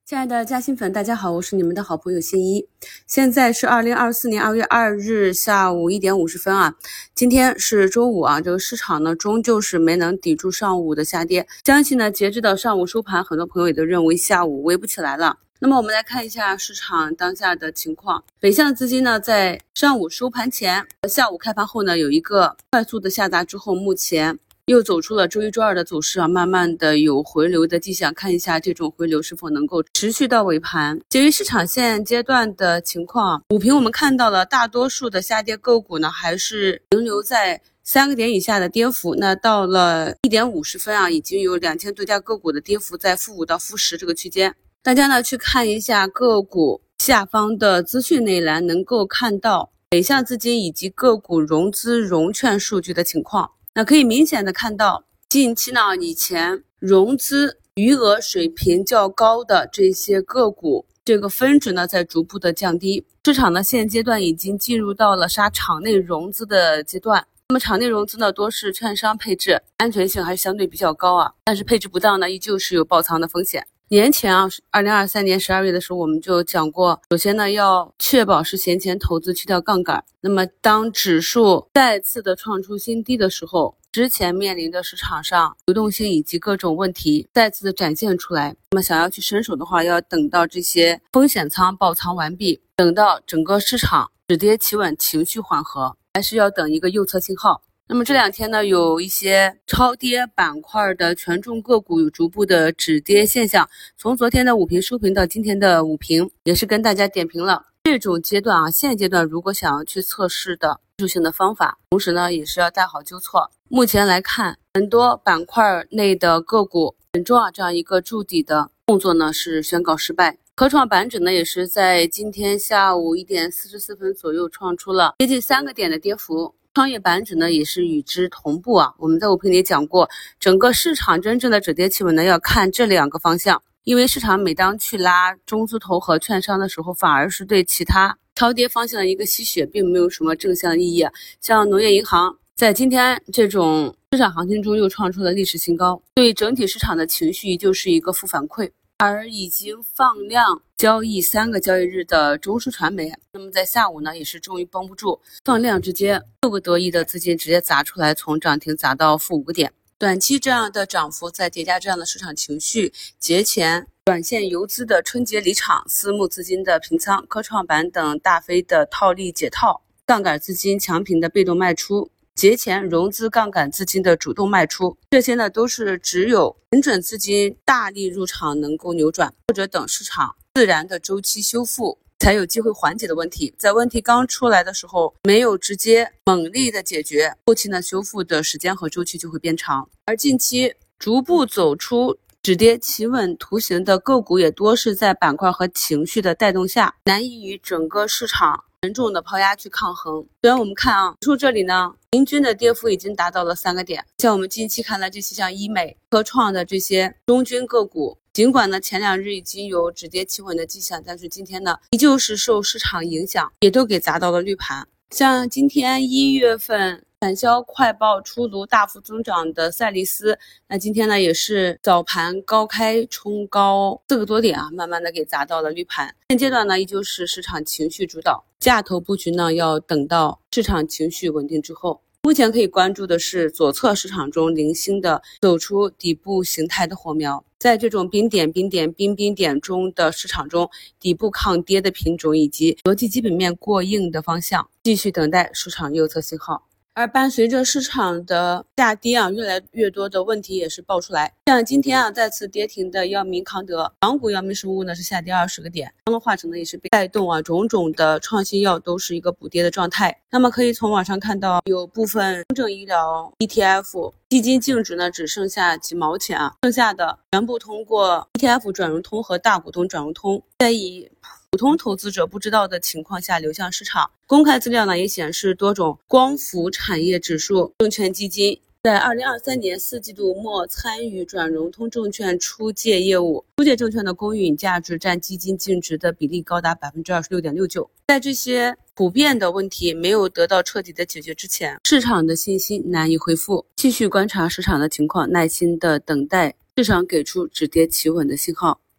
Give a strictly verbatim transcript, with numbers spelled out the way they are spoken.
亲爱的嘉兴粉，大家好，我是你们的好朋友新一。现在是二零二四年二月二日下午一点五十分啊。今天是周五啊，这个市场呢终究是没能抵住上午的下跌。相信呢，截止到上午收盘，很多朋友也都认为下午围不起来了。那么我们来看一下市场当下的情况。北向资金呢，在上午收盘前和下午开盘后呢，有一个快速的下砸之后，目前又走出了周一周二的走势啊，慢慢的有回流的迹象，看一下这种回流是否能够持续到尾盘。基于市场现阶段的情况，午评我们看到了大多数的下跌个股呢，还是停留在三个点以下的跌幅。那到了一点五十分啊，已经有两千多家个股的跌幅在负五到负十这个区间。大家呢去看一下个股下方的资讯内栏，能够看到北向资金以及个股融资融券数据的情况。那可以明显的看到，近期呢，以前融资余额水平较高的这些个股，这个分值呢在逐步的降低。市场呢现阶段已经进入到了杀场内融资的阶段。那么场内融资呢多是券商配置，安全性还是相对比较高啊，但是配置不当呢，依旧是有爆仓的风险。年前啊，二零二三年十二月的时候，我们就讲过，首先呢，要确保是闲钱投资，去掉杠杆。那么，当指数再次的创出新低的时候，之前面临的市场上流动性以及各种问题再次的展现出来。那么，想要去伸手的话，要等到这些风险仓爆仓完毕，等到整个市场止跌企稳，情绪缓和，还是要等一个右侧信号。那么这两天呢，有一些超跌板块的权重个股有逐步的止跌现象。从昨天的午评收评到今天的午评，也是跟大家点评了这种阶段啊，现阶段如果想要去测试的技术性的方法，同时呢，也是要带好纠错。目前来看，很多板块内的个股本周啊这样一个筑底的动作呢是宣告失败。科创板指呢也是在今天下午一点四十四分左右创出了接近三个点的跌幅。创业板指呢也是与之同步啊，我们在午评里讲过，整个市场真正的止跌企稳呢要看这两个方向，因为市场每当去拉中资投和券商的时候，反而是对其他超跌方向的一个吸血，并没有什么正向意义。像农业银行在今天这种市场行情中又创出了历史新高，对整体市场的情绪就是一个负反馈。而已经放量交易三个交易日的中枢传媒，那么在下午呢也是终于绷不住，放量直接六个多亿的资金直接砸出来，从涨停砸到负五个点。短期这样的涨幅，再叠加这样的市场情绪，节前短线游资的春节离场，私募资金的平仓，科创板等大飞的套利解套，杠杆资金强平的被动卖出，节前融资杠杆资金的主动卖出，这些呢都是只有稳准资金大力入场能够扭转，或者等市场自然的周期修复才有机会缓解的问题。在问题刚出来的时候，没有直接猛力的解决，后期呢修复的时间和周期就会变长。而近期逐步走出止跌企稳图形的个股也多是在板块和情绪的带动下，难以与整个市场沉重的抛压去抗衡。虽然我们看啊，指数这里呢，平均的跌幅已经达到了三个点。像我们近期看的这些像医美、科创的这些中军个股，尽管呢前两日已经有止跌企稳的迹象，但是今天呢依旧是受市场影响，也都给砸到了绿盘。像今天一月份产销快报出炉大幅增长的赛力斯，那今天呢也是早盘高开冲高四个多点啊，慢慢的给砸到了绿盘。现阶段呢依旧是市场情绪主导，价投布局呢要等到市场情绪稳定之后。目前可以关注的是左侧市场中零星的走出底部形态的火苗，在这种冰点冰点冰冰点中的市场中，底部抗跌的品种以及逻辑基本面过硬的方向，继续等待市场右侧信号。而伴随着市场的下跌啊，越来越多的问题也是爆出来。像今天啊再次跌停的药明康德，港股药明生物呢是下跌二十个点，康乐化成呢也是被带动啊，种种的创新药都是一个补跌的状态。那么可以从网上看到，有部分中证医疗 E T F 基金净值呢只剩下几毛钱啊，剩下的全部通过 E T F 转融通和大股东转融通，在以普通投资者不知道的情况下流向市场。公开资料呢也显示，多种光伏产业指数证券基金在二零二三年四季度末参与转融通证券出借业务，出借证券的公允价值占基金净值的比例高达 百分之二十六点六九。 在这些普遍的问题没有得到彻底的解决之前，市场的信心难以恢复。继续观察市场的情况，耐心的等待市场给出止跌企稳的信号。